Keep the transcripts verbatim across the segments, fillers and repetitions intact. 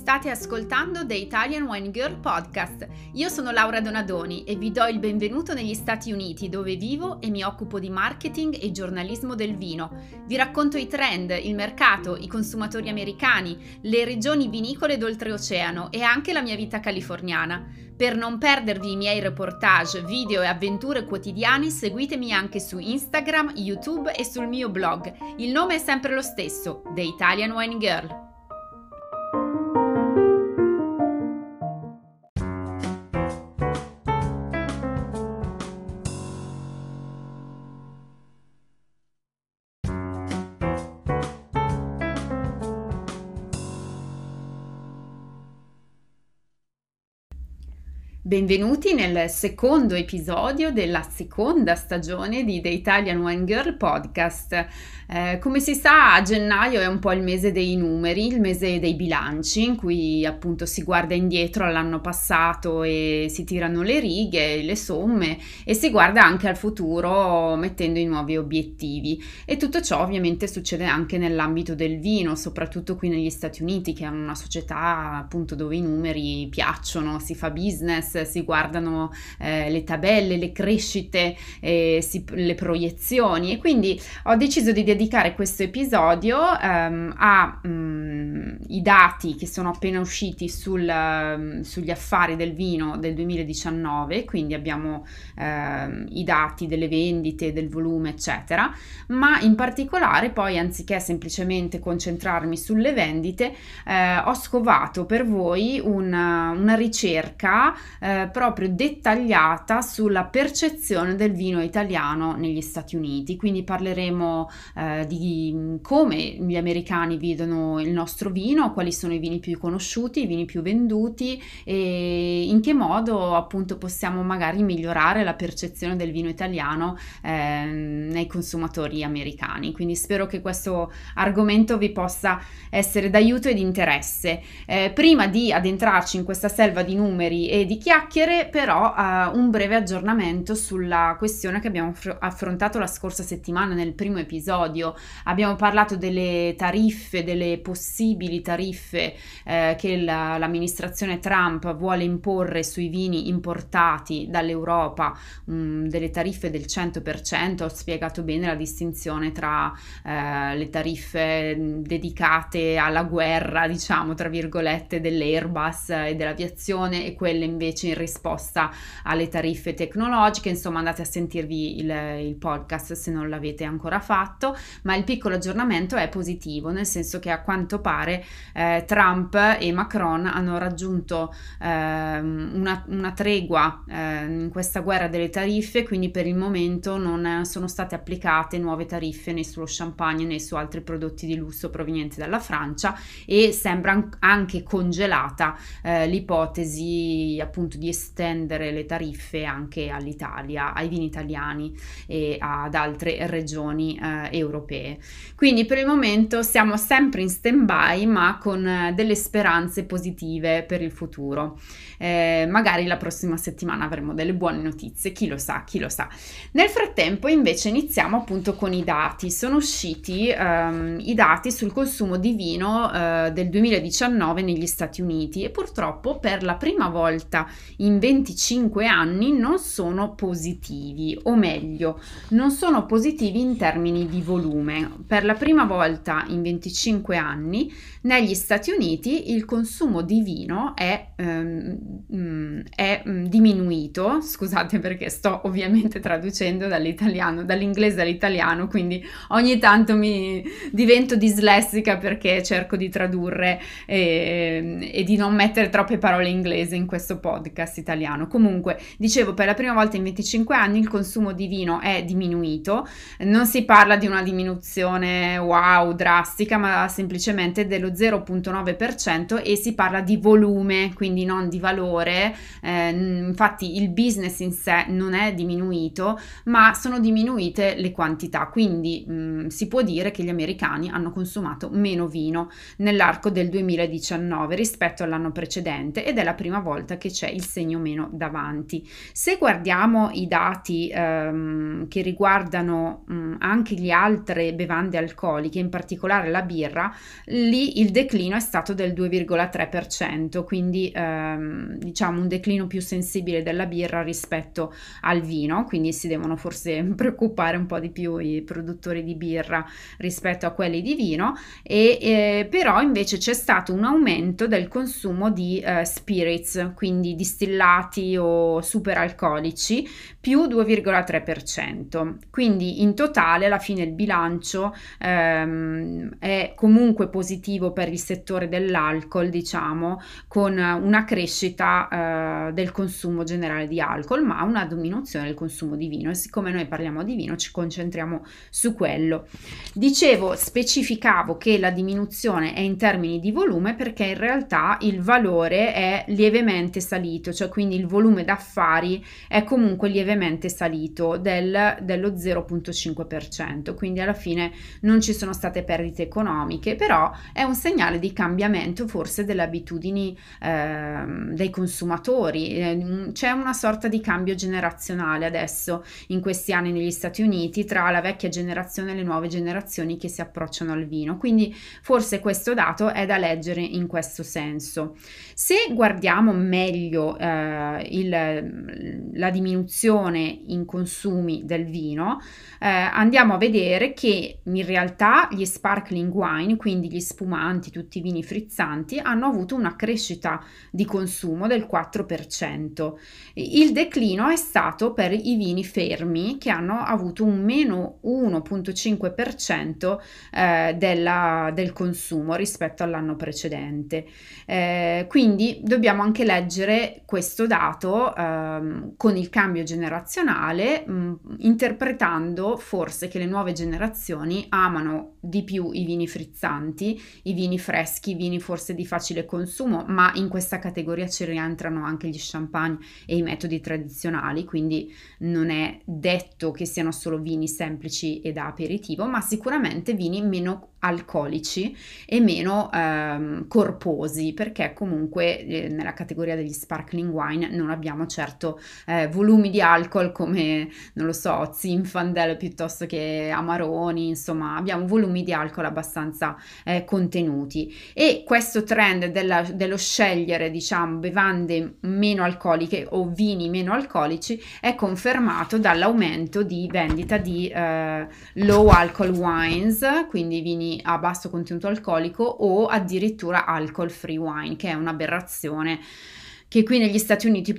State ascoltando The Italian Wine Girl Podcast. Io sono Laura Donadoni e vi do il benvenuto negli Stati Uniti, dove vivo e mi occupo di marketing e giornalismo del vino. Vi racconto i trend, il mercato, i consumatori americani, le regioni vinicole d'oltreoceano e anche la mia vita californiana. Per non perdervi i miei reportage, video e avventure quotidiane, seguitemi anche su Instagram, YouTube e sul mio blog. Il nome è sempre lo stesso, The Italian Wine Girl. Benvenuti nel secondo episodio della seconda stagione di The Italian Wine Girl Podcast. Eh, come si sa, a gennaio è un po' il mese dei numeri, il mese dei bilanci, in cui appunto si guarda indietro all'anno passato e si tirano le righe, le somme e si guarda anche al futuro mettendo i nuovi obiettivi. E tutto ciò ovviamente succede anche nell'ambito del vino, soprattutto qui negli Stati Uniti, che è una società appunto dove i numeri piacciono, si fa business, si guardano eh, le tabelle, le crescite, eh, si, le proiezioni, e quindi ho deciso di dedicare questo episodio ehm, a um, i dati che sono appena usciti sul, um, sugli affari del vino del duemiladiciannove, quindi abbiamo ehm, i dati delle vendite, del volume eccetera, ma in particolare poi, anziché semplicemente concentrarmi sulle vendite, eh, ho scovato per voi una, una ricerca Eh, proprio dettagliata sulla percezione del vino italiano negli Stati Uniti. Quindi parleremo eh, di come gli americani vedono il nostro vino, quali sono i vini più conosciuti, i vini più venduti e in che modo appunto possiamo magari migliorare la percezione del vino italiano eh, nei consumatori americani. Quindi spero che questo argomento vi possa essere d'aiuto e di interesse. Eh, prima di addentrarci in questa selva di numeri e di chiacchiere, però uh, un breve aggiornamento sulla questione che abbiamo fr- affrontato la scorsa settimana nel primo episodio. Abbiamo parlato delle tariffe, delle possibili tariffe eh, che la, l'amministrazione Trump vuole imporre sui vini importati dall'Europa, um, delle tariffe del cento per cento. Ho spiegato bene la distinzione tra eh, le tariffe dedicate alla guerra, diciamo tra virgolette, dell'Airbus e dell'aviazione, e quelle invece in risposta alle tariffe tecnologiche. Insomma, andate a sentirvi il, il podcast se non l'avete ancora fatto, ma il piccolo aggiornamento è positivo, nel senso che a quanto pare eh, Trump e Macron hanno raggiunto eh, una, una tregua eh, in questa guerra delle tariffe, quindi per il momento non sono state applicate nuove tariffe né sullo champagne né su altri prodotti di lusso provenienti dalla Francia, e sembra anche congelata eh, l'ipotesi appunto di estendere le tariffe anche all'Italia, ai vini italiani e ad altre regioni eh, europee. Quindi per il momento siamo sempre in stand-by, ma con eh, delle speranze positive per il futuro. Eh, magari la prossima settimana avremo delle buone notizie, chi lo sa, chi lo sa. Nel frattempo invece iniziamo appunto con i dati. Sono usciti ehm, i dati sul consumo di vino eh, del duemiladiciannove negli Stati Uniti, e purtroppo per la prima volta in venticinque anni non sono positivi, o meglio, non sono positivi in termini di volume. Per la prima volta in venticinque anni negli Stati Uniti il consumo di vino è, um, è um, diminuito. Scusate perché sto ovviamente traducendo dall'italiano, dall'inglese all'italiano, quindi ogni tanto mi divento dislessica perché cerco di tradurre e, e di non mettere troppe parole inglesi in questo podcast italiano. Comunque, dicevo, per la prima volta in venticinque anni il consumo di vino è diminuito. Non si parla di una diminuzione wow drastica, ma semplicemente dello zero virgola nove per cento, e si parla di volume, quindi non di valore. Eh, infatti il business in sé non è diminuito, ma sono diminuite le quantità, quindi mh, si può dire che gli americani hanno consumato meno vino nell'arco del duemiladiciannove rispetto all'anno precedente, ed è la prima volta che c'è il segno meno davanti. Se guardiamo i dati ehm, che riguardano mh, anche le altre bevande alcoliche, in particolare la birra, lì il declino è stato del due virgola tre per cento, quindi ehm, diciamo un declino più sensibile della birra rispetto al vino, quindi si devono forse preoccupare un po' di più i produttori di birra rispetto a quelli di vino, e eh, però invece c'è stato un aumento del consumo di eh, spirits, quindi distillati o superalcolici, più due virgola tre per cento. Quindi in totale alla fine il bilancio ehm, è comunque positivo per il settore dell'alcol, diciamo, con una crescita eh, del consumo generale di alcol, ma una diminuzione del consumo di vino, e siccome noi parliamo di vino ci concentriamo su quello. Dicevo, specificavo che la diminuzione è in termini di volume perché in realtà il valore è lievemente salito, cioè quindi il volume d'affari è comunque lievemente salito del, dello zero virgola cinque per cento, quindi alla fine non ci sono state perdite economiche, però è un segnale di cambiamento forse delle abitudini eh, dei consumatori. Eh, c'è una sorta di cambio generazionale adesso in questi anni negli Stati Uniti tra la vecchia generazione e le nuove generazioni che si approcciano al vino, quindi forse questo dato è da leggere in questo senso. Se guardiamo meglio eh, il, la diminuzione in consumi del vino, eh, andiamo a vedere che in realtà gli sparkling wine, quindi gli spumanti, tutti i vini frizzanti, hanno avuto una crescita di consumo del quattro per cento. Il declino è stato per i vini fermi, che hanno avuto un meno uno virgola cinque per cento eh, della, del consumo rispetto all'anno precedente. Eh, quindi dobbiamo anche leggere questo dato ehm, con il cambio generazionale, mh, interpretando forse che le nuove generazioni amano di più i vini frizzanti, i vini freschi, i vini forse di facile consumo, ma in questa categoria ci rientrano anche gli champagne e i metodi tradizionali, quindi non è detto che siano solo vini semplici e da aperitivo, ma sicuramente vini meno alcolici e meno ehm, corposi, perché comunque eh, nella categoria degli sparkling wine non abbiamo certo eh, volumi di alcol come, non lo so, Zinfandel piuttosto che Amaroni, insomma abbiamo volumi di alcol abbastanza eh, contenuti, e questo trend della, dello scegliere, diciamo, bevande meno alcoliche o vini meno alcolici è confermato dall'aumento di vendita di eh, low alcohol wines, quindi vini a basso contenuto alcolico, o addirittura alcohol free wine, che è un'aberrazione che qui negli Stati Uniti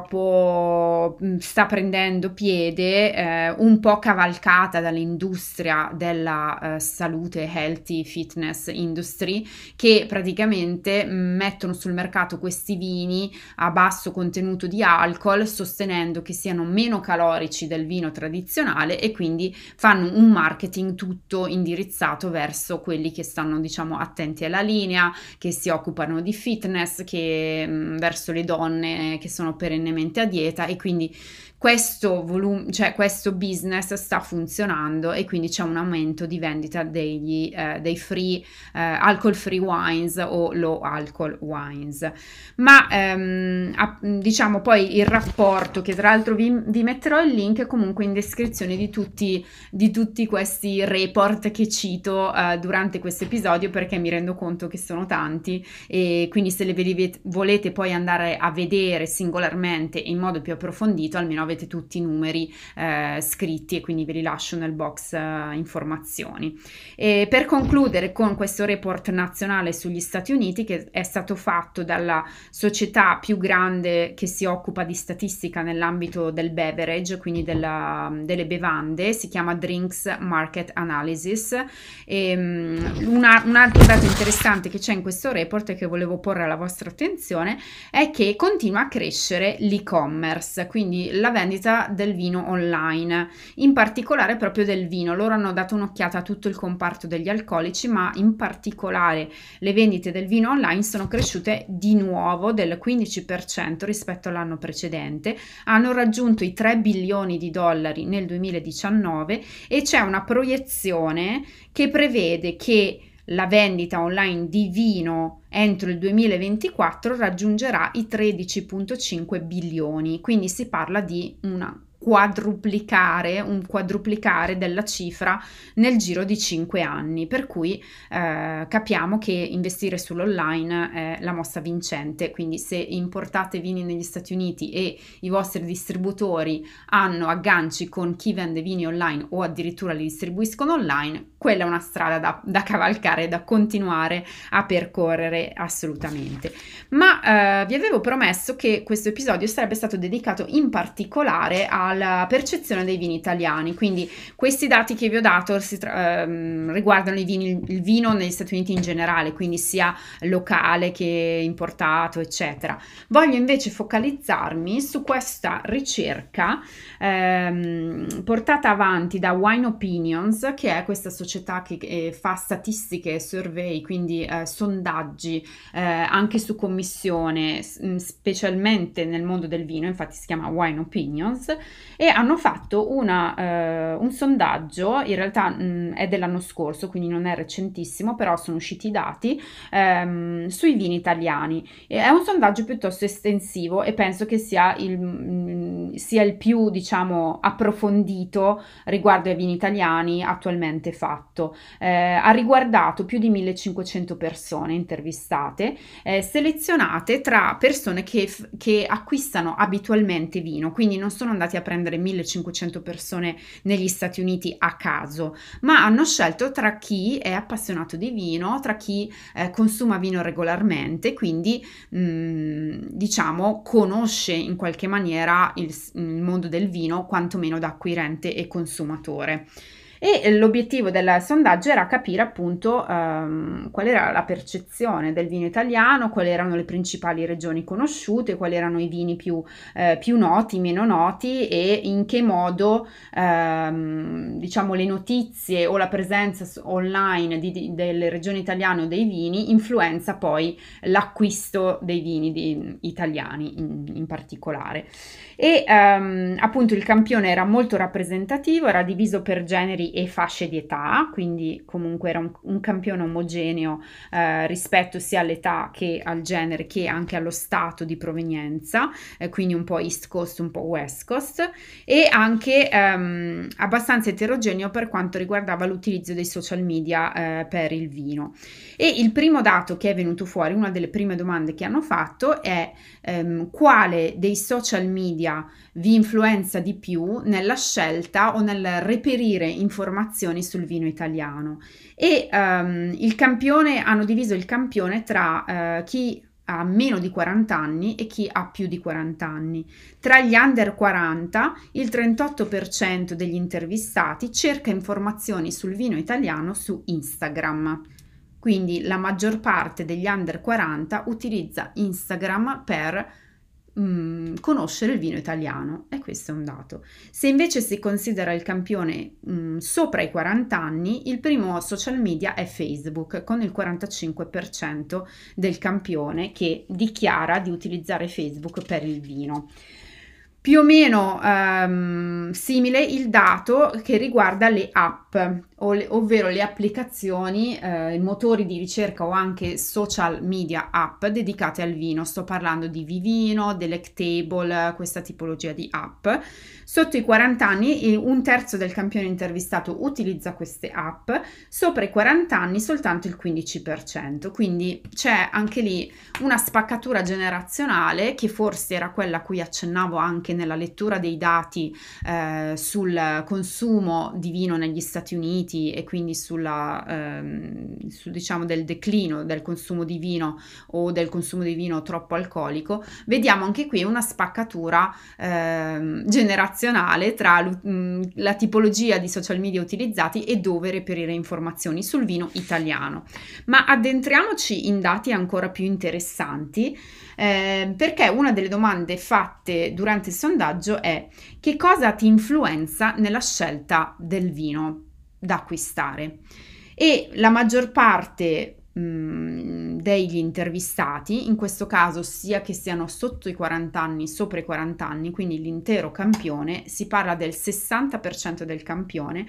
purtroppo sta prendendo piede, eh, un po' cavalcata dall'industria della eh, salute, healthy fitness industry, che praticamente mettono sul mercato questi vini a basso contenuto di alcol, sostenendo che siano meno calorici del vino tradizionale, e quindi fanno un marketing tutto indirizzato verso quelli che stanno, diciamo, attenti alla linea, che si occupano di fitness, che mh, verso le donne che sono perennemente a dieta, e quindi questo volume, cioè questo business sta funzionando, e quindi c'è un aumento di vendita degli, eh, dei free eh, alcohol free wines o low alcohol wines. Ma ehm, a, diciamo poi il rapporto, che tra l'altro vi, vi metterò il link comunque in descrizione di tutti, di tutti questi report che cito eh, durante questo episodio, perché mi rendo conto che sono tanti, e quindi se le volete poi andare a vedere singolarmente in modo più approfondito, almeno avete tutti i numeri eh, scritti, e quindi ve li lascio nel box eh, informazioni. E per concludere con questo report nazionale sugli Stati Uniti, che è stato fatto dalla società più grande che si occupa di statistica nell'ambito del beverage, quindi della, delle bevande, si chiama Drinks Market Analysis. E, um, una, un altro dato interessante che c'è in questo report e che volevo porre alla vostra attenzione è che continua a crescere l'e-commerce, quindi la vendita del vino online, in particolare proprio del vino. Loro hanno dato un'occhiata a tutto il comparto degli alcolici, ma in particolare le vendite del vino online sono cresciute di nuovo del quindici per cento rispetto all'anno precedente, hanno raggiunto i tre bilioni di dollari nel duemiladiciannove, e c'è una proiezione che prevede che la vendita online di vino entro il duemilaventiquattro raggiungerà i tredici virgola cinque bilioni, quindi si parla di una quadruplicare, un quadruplicare della cifra nel giro di cinque anni, per cui eh, capiamo che investire sull'online è la mossa vincente. Quindi se importate vini negli Stati Uniti e i vostri distributori hanno agganci con chi vende vini online o addirittura li distribuiscono online, quella è una strada da, da cavalcare, da continuare a percorrere assolutamente. Ma eh, vi avevo promesso che questo episodio sarebbe stato dedicato in particolare alla percezione dei vini italiani, quindi questi dati che vi ho dato si tra- ehm, riguardano i vini, il vino negli Stati Uniti in generale, quindi sia locale che importato, eccetera. Voglio invece focalizzarmi su questa ricerca ehm, portata avanti da Wine Opinions, che è questa società che eh, fa statistiche e survey, quindi eh, sondaggi eh, anche su commissione, specialmente nel mondo del vino, infatti si chiama Wine Opinions, e hanno fatto una, eh, un sondaggio, in realtà mh, è dell'anno scorso, quindi non è recentissimo, però sono usciti i dati ehm, sui vini italiani. E è un sondaggio piuttosto estensivo e penso che sia il, mh, sia il più, diciamo, approfondito riguardo ai vini italiani attualmente fatto. Eh, ha riguardato più di millecinquecento persone intervistate, eh, selezionate tra persone che, che acquistano abitualmente vino, quindi non sono andati a prendere millecinquecento persone negli Stati Uniti a caso, ma hanno scelto tra chi è appassionato di vino, tra chi eh, consuma vino regolarmente, quindi mh, diciamo conosce in qualche maniera il, il mondo del vino, quantomeno da acquirente e consumatore. E l'obiettivo del sondaggio era capire appunto um, qual era la percezione del vino italiano, quali erano le principali regioni conosciute, quali erano i vini più, eh, più noti, meno noti, e in che modo um, diciamo le notizie o la presenza online di, di, delle regioni italiane o dei vini influenza poi l'acquisto dei vini di, italiani in, in particolare. E um, appunto il campione era molto rappresentativo, era diviso per generi e fasce di età, quindi comunque era un, un campione omogeneo eh, rispetto sia all'età che al genere che anche allo stato di provenienza, eh, quindi un po' East Coast, un po' West Coast, e anche um, abbastanza eterogeneo per quanto riguardava l'utilizzo dei social media eh, per il vino. E il primo dato che è venuto fuori, una delle prime domande che hanno fatto è um, quale dei social media vi influenza di più nella scelta o nel reperire informazioni sul vino italiano. E um, il campione, hanno diviso il campione tra uh, chi ha meno di quaranta anni e chi ha più di quaranta anni. Tra gli under quaranta, il trentotto per cento degli intervistati cerca informazioni sul vino italiano su Instagram. Quindi la maggior parte degli under quaranta utilizza Instagram per conoscere il vino italiano, e questo è un dato. Se invece si considera il campione mh, sopra i quaranta anni, il primo social media è Facebook, con il quarantacinque per cento del campione che dichiara di utilizzare Facebook per il vino. Più o meno um, simile il dato che riguarda le app, ov- ovvero le applicazioni, eh, motori di ricerca o anche social media app dedicate al vino. Sto parlando di Vivino, Delectable, questa tipologia di app. Sotto i quaranta anni un terzo del campione intervistato utilizza queste app, sopra i quaranta anni soltanto il quindici per cento, quindi c'è anche lì una spaccatura generazionale che forse era quella a cui accennavo anche nella lettura dei dati eh, sul consumo di vino negli Stati Uniti e quindi sulla, ehm, su, diciamo del declino del consumo di vino o del consumo di vino troppo alcolico. Vediamo anche qui una spaccatura ehm, generazionale tra l- la tipologia di social media utilizzati e dove reperire informazioni sul vino italiano. Ma addentriamoci in dati ancora più interessanti, eh, perché una delle domande fatte durante il sondaggio è: che cosa ti influenza nella scelta del vino da acquistare? E la maggior parte degli intervistati, in questo caso sia che siano sotto i quaranta anni, sopra i quaranta anni, quindi l'intero campione, si parla del sessanta per cento del campione,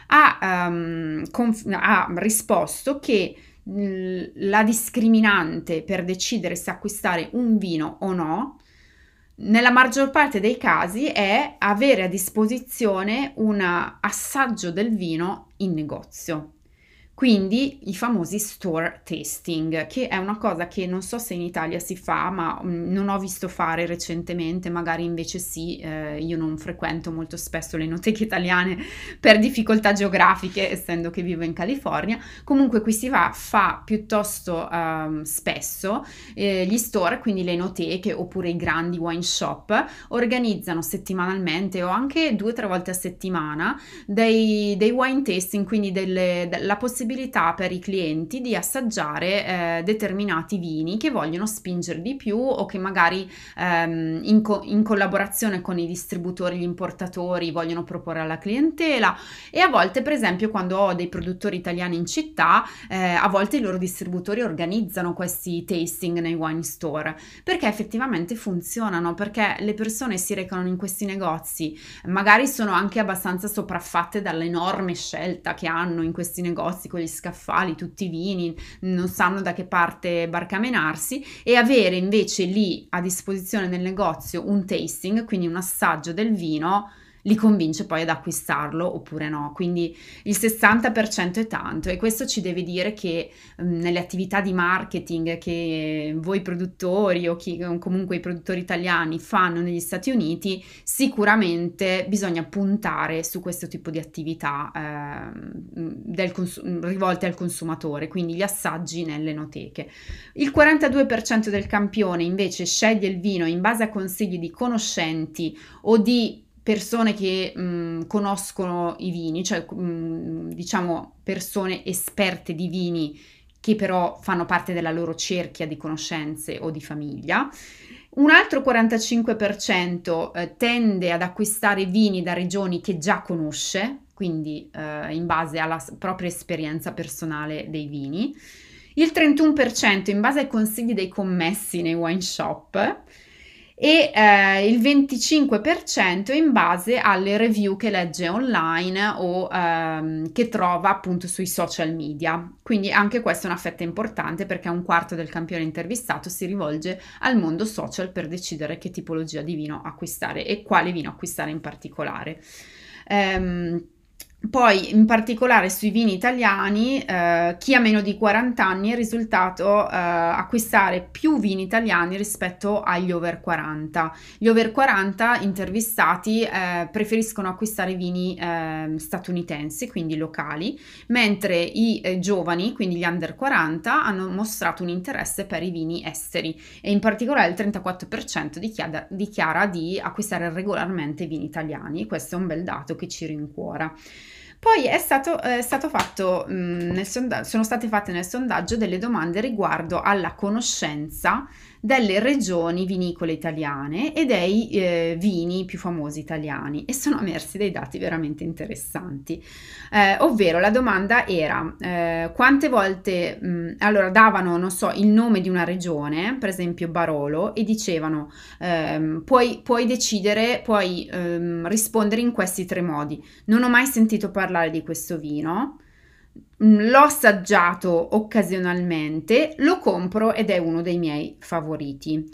ha, um, conf- ha risposto che mh, la discriminante per decidere se acquistare un vino o no, nella maggior parte dei casi, è avere a disposizione un assaggio del vino in negozio. Quindi i famosi store tasting, che è una cosa che non so se in Italia si fa, ma mm, non ho visto fare recentemente, magari invece sì, eh, io non frequento molto spesso le enoteche italiane per difficoltà geografiche, essendo che vivo in California. Comunque qui si va, fa piuttosto ehm, spesso eh, gli store, quindi le enoteche oppure i grandi wine shop, organizzano settimanalmente o anche due o tre volte a settimana dei, dei wine tasting, quindi delle, la possibilità per i clienti di assaggiare eh, determinati vini che vogliono spingere di più o che magari ehm, in, co- in collaborazione con i distributori, gli importatori vogliono proporre alla clientela. E a volte, per esempio, quando ho dei produttori italiani in città, eh, a volte i loro distributori organizzano questi tasting nei wine store, perché effettivamente funzionano, perché le persone si recano in questi negozi, magari sono anche abbastanza sopraffatte dall'enorme scelta che hanno in questi negozi con gli scaffali, tutti i vini, non sanno da che parte barcamenarsi, e avere invece lì a disposizione nel negozio un tasting, quindi un assaggio del vino, li convince poi ad acquistarlo oppure no. Quindi il sessanta per cento è tanto, e questo ci deve dire che mh, nelle attività di marketing che voi produttori o chi, comunque i produttori italiani fanno negli Stati Uniti, sicuramente bisogna puntare su questo tipo di attività eh, del cons- rivolte al consumatore, quindi gli assaggi nelle enoteche. Il quarantadue per cento del campione invece sceglie il vino in base a consigli di conoscenti o di persone che mh, conoscono i vini, cioè mh, diciamo persone esperte di vini che però fanno parte della loro cerchia di conoscenze o di famiglia. Un altro quarantacinque per cento eh, tende ad acquistare vini da regioni che già conosce, quindi eh, in base alla s- propria esperienza personale dei vini. Il trentuno per cento in base ai consigli dei commessi nei wine shop, e eh, il venticinque per cento in base alle review che legge online o ehm, che trova appunto sui social media. Quindi anche questa è una fetta importante, perché un quarto del campione intervistato si rivolge al mondo social per decidere che tipologia di vino acquistare e quale vino acquistare in particolare. Ehm, Poi, in particolare sui vini italiani, eh, chi ha meno di quaranta anni è risultato eh, acquistare più vini italiani rispetto agli over quaranta. Gli over quaranta intervistati eh, preferiscono acquistare vini eh, statunitensi, quindi locali, mentre i eh, giovani, quindi gli under quaranta, hanno mostrato un interesse per i vini esteri, e in particolare il trentaquattro per cento dichiara, dichiara di acquistare regolarmente vini italiani. Questo è un bel dato che ci rincuora. Poi è stato, è stato fatto, mh, nel sonda- sono state fatte nel sondaggio delle domande riguardo alla conoscenza delle regioni vinicole italiane e dei eh, vini più famosi italiani, e sono emersi dei dati veramente interessanti. Eh, ovvero la domanda era eh, quante volte, mh, allora davano, non so, il nome di una regione, per esempio Barolo, e dicevano ehm, puoi, puoi decidere, puoi ehm, rispondere in questi tre modi: non ho mai sentito parlare di questo vino, l'ho assaggiato occasionalmente, lo compro ed è uno dei miei favoriti.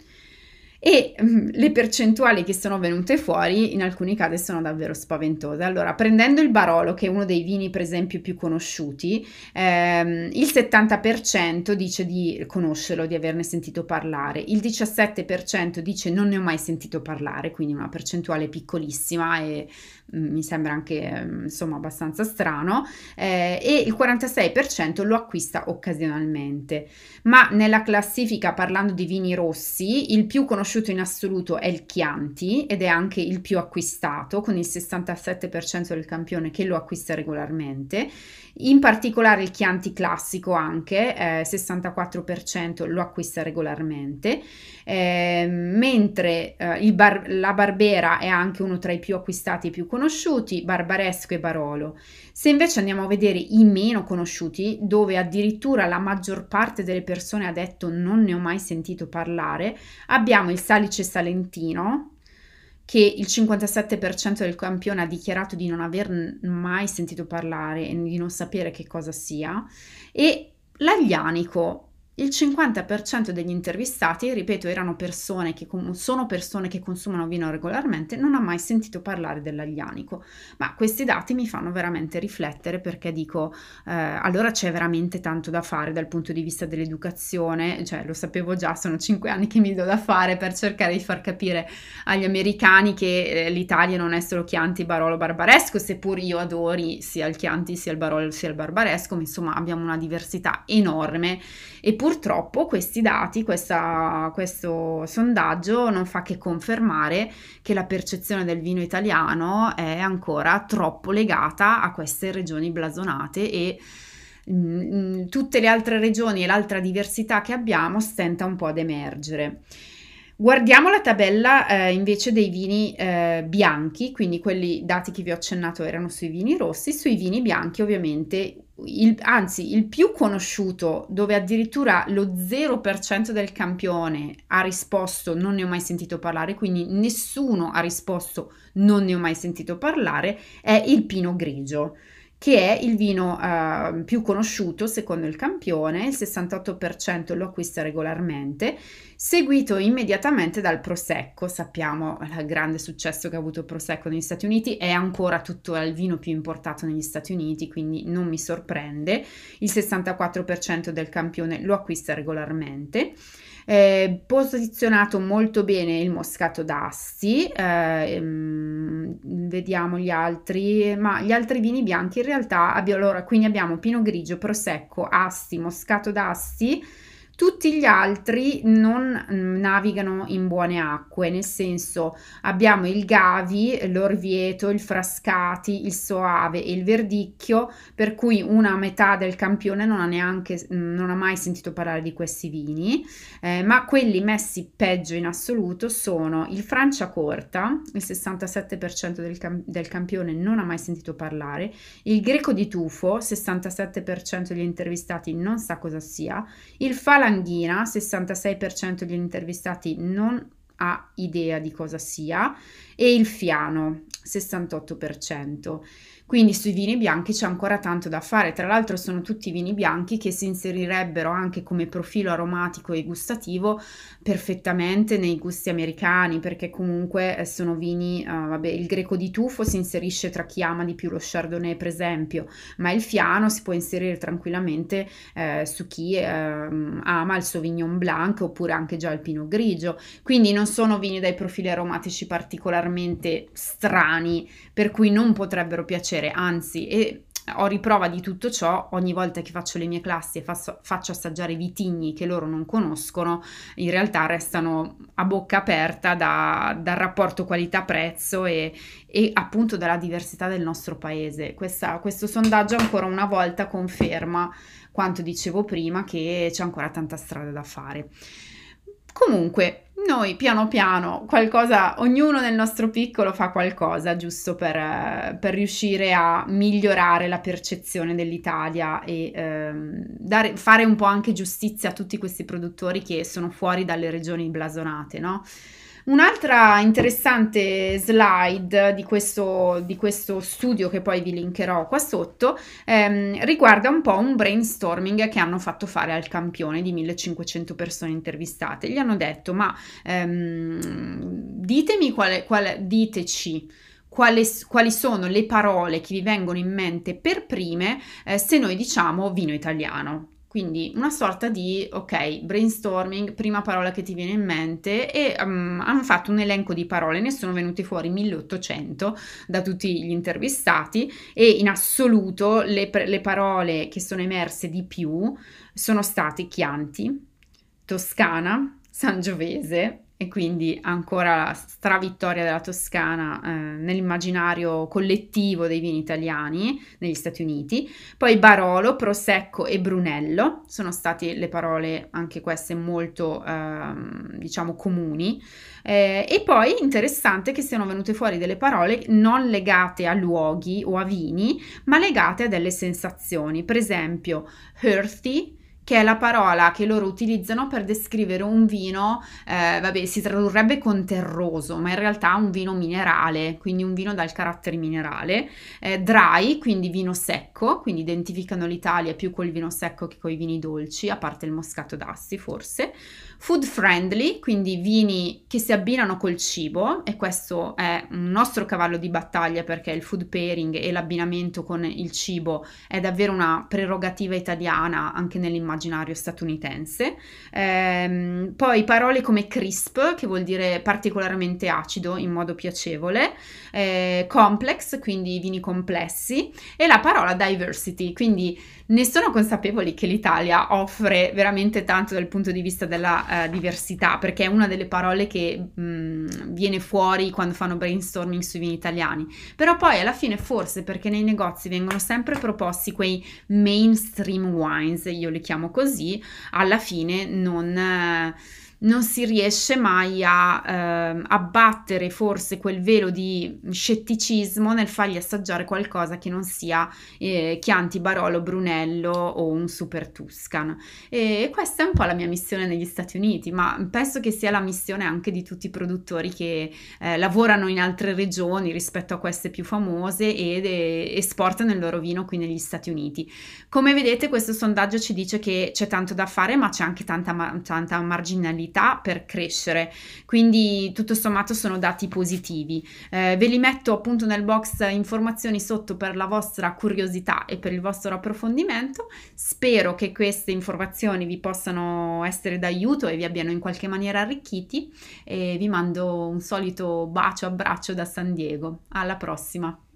E mm, le percentuali che sono venute fuori in alcuni casi sono davvero spaventose. Allora, prendendo il Barolo, che è uno dei vini per esempio più conosciuti, ehm, il settanta per cento dice di conoscerlo, di averne sentito parlare, il diciassette per cento dice non ne ho mai sentito parlare, quindi una percentuale piccolissima, e mm, mi sembra anche mm, insomma abbastanza strano, eh, e il quarantasei per cento lo acquista occasionalmente. Ma nella classifica, parlando di vini rossi, il più conosciuto in assoluto è il Chianti, ed è anche il più acquistato, con il sessantasette per cento del campione che lo acquista regolarmente. In particolare il Chianti classico anche, eh, sessantaquattro per cento lo acquista regolarmente, eh, mentre eh, il bar- la Barbera è anche uno tra i più acquistati e più conosciuti, Barbaresco e Barolo. Se invece andiamo a vedere i meno conosciuti, dove addirittura la maggior parte delle persone ha detto non ne ho mai sentito parlare, abbiamo il Salice Salentino, che il cinquantasette per cento del campione ha dichiarato di non aver mai sentito parlare e di non sapere che cosa sia, e l'aglianico. Il cinquanta per cento degli intervistati, ripeto, erano persone che com- sono persone che consumano vino regolarmente, non ha mai sentito parlare dell'aglianico. Ma questi dati mi fanno veramente riflettere, perché dico, eh, allora c'è veramente tanto da fare dal punto di vista dell'educazione. Cioè, lo sapevo già, sono cinque anni che mi do da fare per cercare di far capire agli americani che eh, l'Italia non è solo Chianti, Barolo, Barbaresco, seppur io adori sia il Chianti, sia il Barolo, sia il Barbaresco, ma insomma abbiamo una diversità enorme. E purtroppo questi dati, questa, questo sondaggio non fa che confermare che la percezione del vino italiano è ancora troppo legata a queste regioni blasonate, e mh, tutte le altre regioni e l'altra diversità che abbiamo stenta un po' ad emergere. Guardiamo la tabella eh, invece dei vini eh, bianchi, quindi quelli dati che vi ho accennato erano sui vini rossi. Sui vini bianchi ovviamente, il, anzi il più conosciuto, dove addirittura lo zero per cento del campione ha risposto non ne ho mai sentito parlare, quindi nessuno ha risposto non ne ho mai sentito parlare, è il Pinot Grigio, che è il vino eh, più conosciuto secondo il campione. Il sessantotto per cento lo acquista regolarmente, seguito immediatamente dal Prosecco. Sappiamo il grande successo che ha avuto il Prosecco negli Stati Uniti, è ancora tuttora il vino più importato negli Stati Uniti, quindi non mi sorprende. Il sessantaquattro per cento del campione lo acquista regolarmente. Eh, posizionato molto bene il Moscato d'Asti, eh, mh, vediamo gli altri, ma gli altri vini bianchi in realtà abbiamo, allora, quindi abbiamo Pinot Grigio, Prosecco, Asti, Moscato d'Asti. Tutti gli altri non navigano in buone acque, nel senso abbiamo il Gavi, l'Orvieto, il Frascati, il Soave e il Verdicchio, per cui una metà del campione non ha neanche, non ha mai sentito parlare di questi vini, eh, ma quelli messi peggio in assoluto sono il Franciacorta, il sessantasette per cento del, cam- del campione non ha mai sentito parlare, il Greco di Tufo, sessantasette per cento degli intervistati non sa cosa sia, il Falanghina, sessantasei per cento degli intervistati non ha idea di cosa sia, e il Fiano, sessantotto per cento. Quindi sui vini bianchi c'è ancora tanto da fare. Tra l'altro sono tutti vini bianchi che si inserirebbero anche come profilo aromatico e gustativo perfettamente nei gusti americani, perché comunque sono vini, uh, vabbè, il Greco di Tufo si inserisce tra chi ama di più lo Chardonnay, per esempio, ma il Fiano si può inserire tranquillamente eh, su chi eh, ama il Sauvignon Blanc, oppure anche già il Pinot Grigio. Quindi non sono vini dai profili aromatici particolarmente strani, per cui non potrebbero piacere, anzi, e ho riprova di tutto ciò ogni volta che faccio le mie classi e faccio, faccio assaggiare vitigni che loro non conoscono. In realtà restano a bocca aperta da, dal rapporto qualità-prezzo e, e appunto dalla diversità del nostro paese. Questa, questo sondaggio ancora una volta conferma quanto dicevo prima, che c'è ancora tanta strada da fare. Comunque, noi piano piano qualcosa, ognuno nel nostro piccolo fa qualcosa, giusto per, per riuscire a migliorare la percezione dell'Italia e ehm, dare, fare un po' anche giustizia a tutti questi produttori che sono fuori dalle regioni blasonate, no? Un'altra interessante slide di questo, di questo studio, che poi vi linkerò qua sotto, ehm, riguarda un po' un brainstorming che hanno fatto fare al campione di millecinquecento persone intervistate. Gli hanno detto: ma ehm, ditemi quale, quale, diteci Quali, quali sono le parole che vi vengono in mente per prime eh, se noi diciamo vino italiano. Quindi una sorta di, ok, brainstorming, prima parola che ti viene in mente, e um, hanno fatto un elenco di parole, ne sono venuti fuori milleottocento da tutti gli intervistati, e in assoluto le, le parole che sono emerse di più sono state Chianti, Toscana, Sangiovese, e quindi ancora la stravittoria della Toscana eh, nell'immaginario collettivo dei vini italiani negli Stati Uniti. Poi Barolo, Prosecco e Brunello sono state le parole, anche queste molto eh, diciamo comuni. Eh, e poi interessante che siano venute fuori delle parole non legate a luoghi o a vini, ma legate a delle sensazioni. Per esempio earthy, che è la parola che loro utilizzano per descrivere un vino, eh, vabbè, si tradurrebbe con terroso, ma in realtà un vino minerale, quindi un vino dal carattere minerale, eh, dry, quindi vino secco, quindi identificano l'Italia più col vino secco che con i vini dolci, a parte il moscato d'Asti forse, food friendly, quindi vini che si abbinano col cibo, e questo è un nostro cavallo di battaglia perché il food pairing e l'abbinamento con il cibo è davvero una prerogativa italiana anche nell'immaginario statunitense. Ehm, poi parole come crisp, che vuol dire particolarmente acido in modo piacevole, eh, complex, quindi vini complessi, e la parola diversity, quindi ne sono consapevoli che l'Italia offre veramente tanto dal punto di vista della uh, diversità, perché è una delle parole che mh, viene fuori quando fanno brainstorming sui vini italiani, però poi alla fine forse perché nei negozi vengono sempre proposti quei mainstream wines, io li chiamo così, alla fine non... Uh, non si riesce mai a eh, abbattere forse quel velo di scetticismo nel fargli assaggiare qualcosa che non sia eh, Chianti, Barolo, Brunello o un Super Tuscan. E questa è un po' la mia missione negli Stati Uniti, ma penso che sia la missione anche di tutti i produttori che eh, lavorano in altre regioni rispetto a queste più famose ed eh, esportano il loro vino qui negli Stati Uniti. Come vedete, questo sondaggio ci dice che c'è tanto da fare, ma c'è anche tanta, tanta marginalità per crescere, quindi tutto sommato sono dati positivi. Eh, ve li metto appunto nel box informazioni sotto per la vostra curiosità e per il vostro approfondimento. Spero che queste informazioni vi possano essere d'aiuto e vi abbiano in qualche maniera arricchiti, e vi mando un solito bacio, abbraccio da San Diego. Alla prossima!